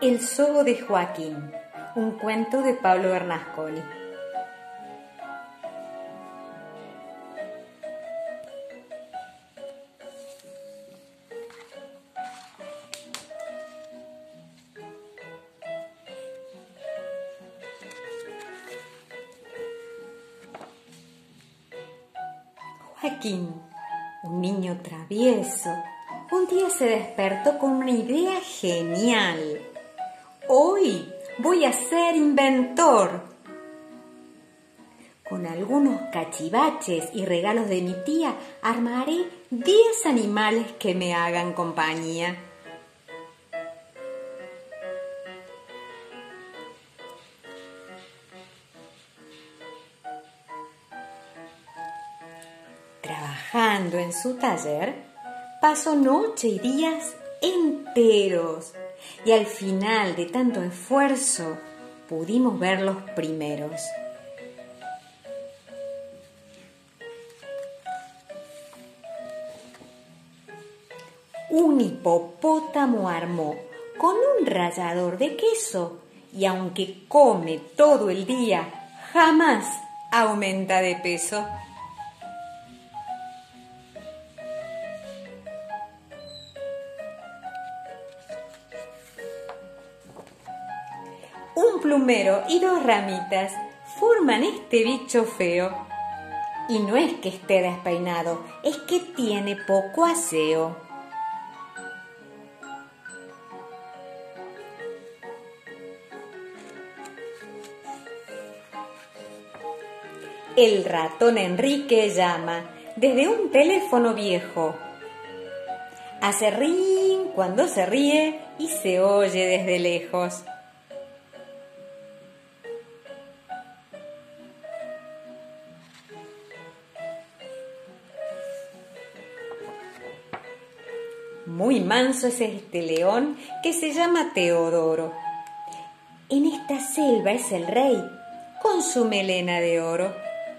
El zoo de Joaquín, un cuento de Pablo Bernasconi. Joaquín, un niño travieso, un día se despertó con una idea genial. Hoy voy a ser inventor. Con algunos cachivaches y regalos de mi tía, armaré 10 animales que me hagan compañía. Trabajando en su taller, pasó noche y días enteros y al final de tanto esfuerzo pudimos ver los primeros. Un hipopótamo armó con un rallador de queso y aunque come todo el día, jamás aumenta de peso. Un plumero y 2 ramitas forman este bicho feo. Y no es que esté despeinado, es que tiene poco aseo. El ratón Enrique llama desde un teléfono viejo. Hace ring cuando se ríe y se oye desde lejos. Muy manso es este león que se llama Teodoro. En esta selva es el rey con su melena de oro.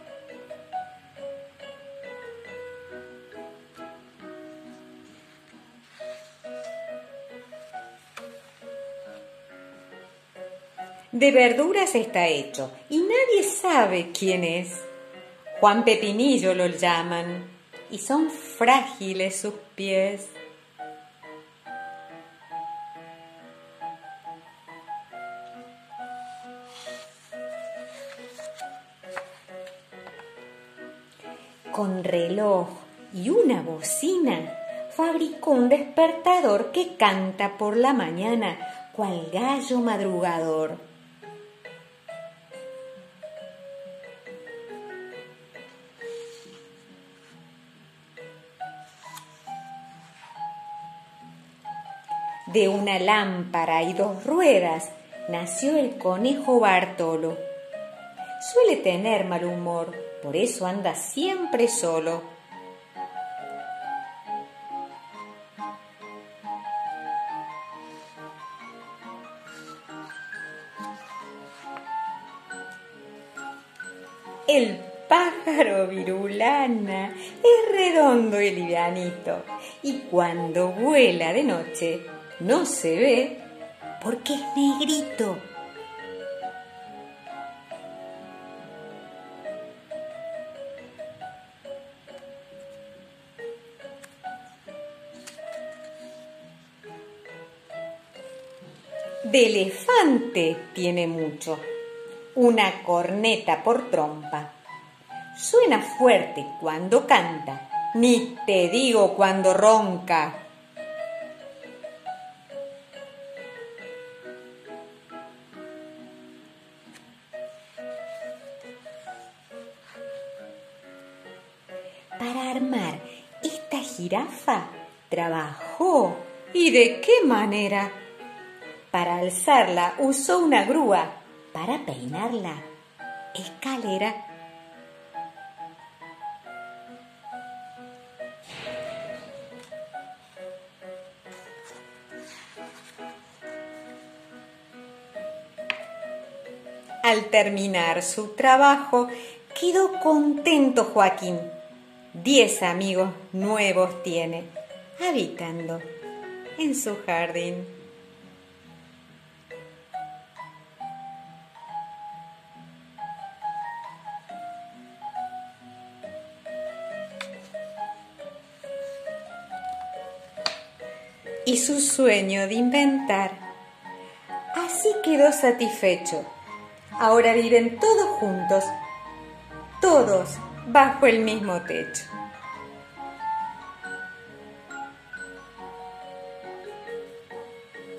De verduras está hecho y nadie sabe quién es. Juan Pepinillo lo llaman y son frágiles sus pies. Con reloj y una bocina fabricó un despertador que canta por la mañana, cual gallo madrugador. De una lámpara y 2 ruedas nació el conejo Bartolo. Suele tener mal humor, por eso anda siempre solo. El pájaro virulana es redondo y livianito, y cuando vuela de noche no se ve porque es negrito. De elefante tiene mucho, una corneta por trompa. Suena fuerte cuando canta, ni te digo cuando ronca. Para armar esta jirafa trabajó, ¿y de qué manera? Para alzarla usó una grúa, para peinarla, escalera. Al terminar su trabajo, quedó contento Joaquín. 10 amigos nuevos tiene, habitando en su jardín. y su sueño de inventar. Así quedó satisfecho. Ahora viven todos juntos, todos bajo el mismo techo.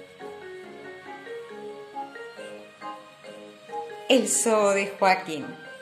El zoo de Joaquín.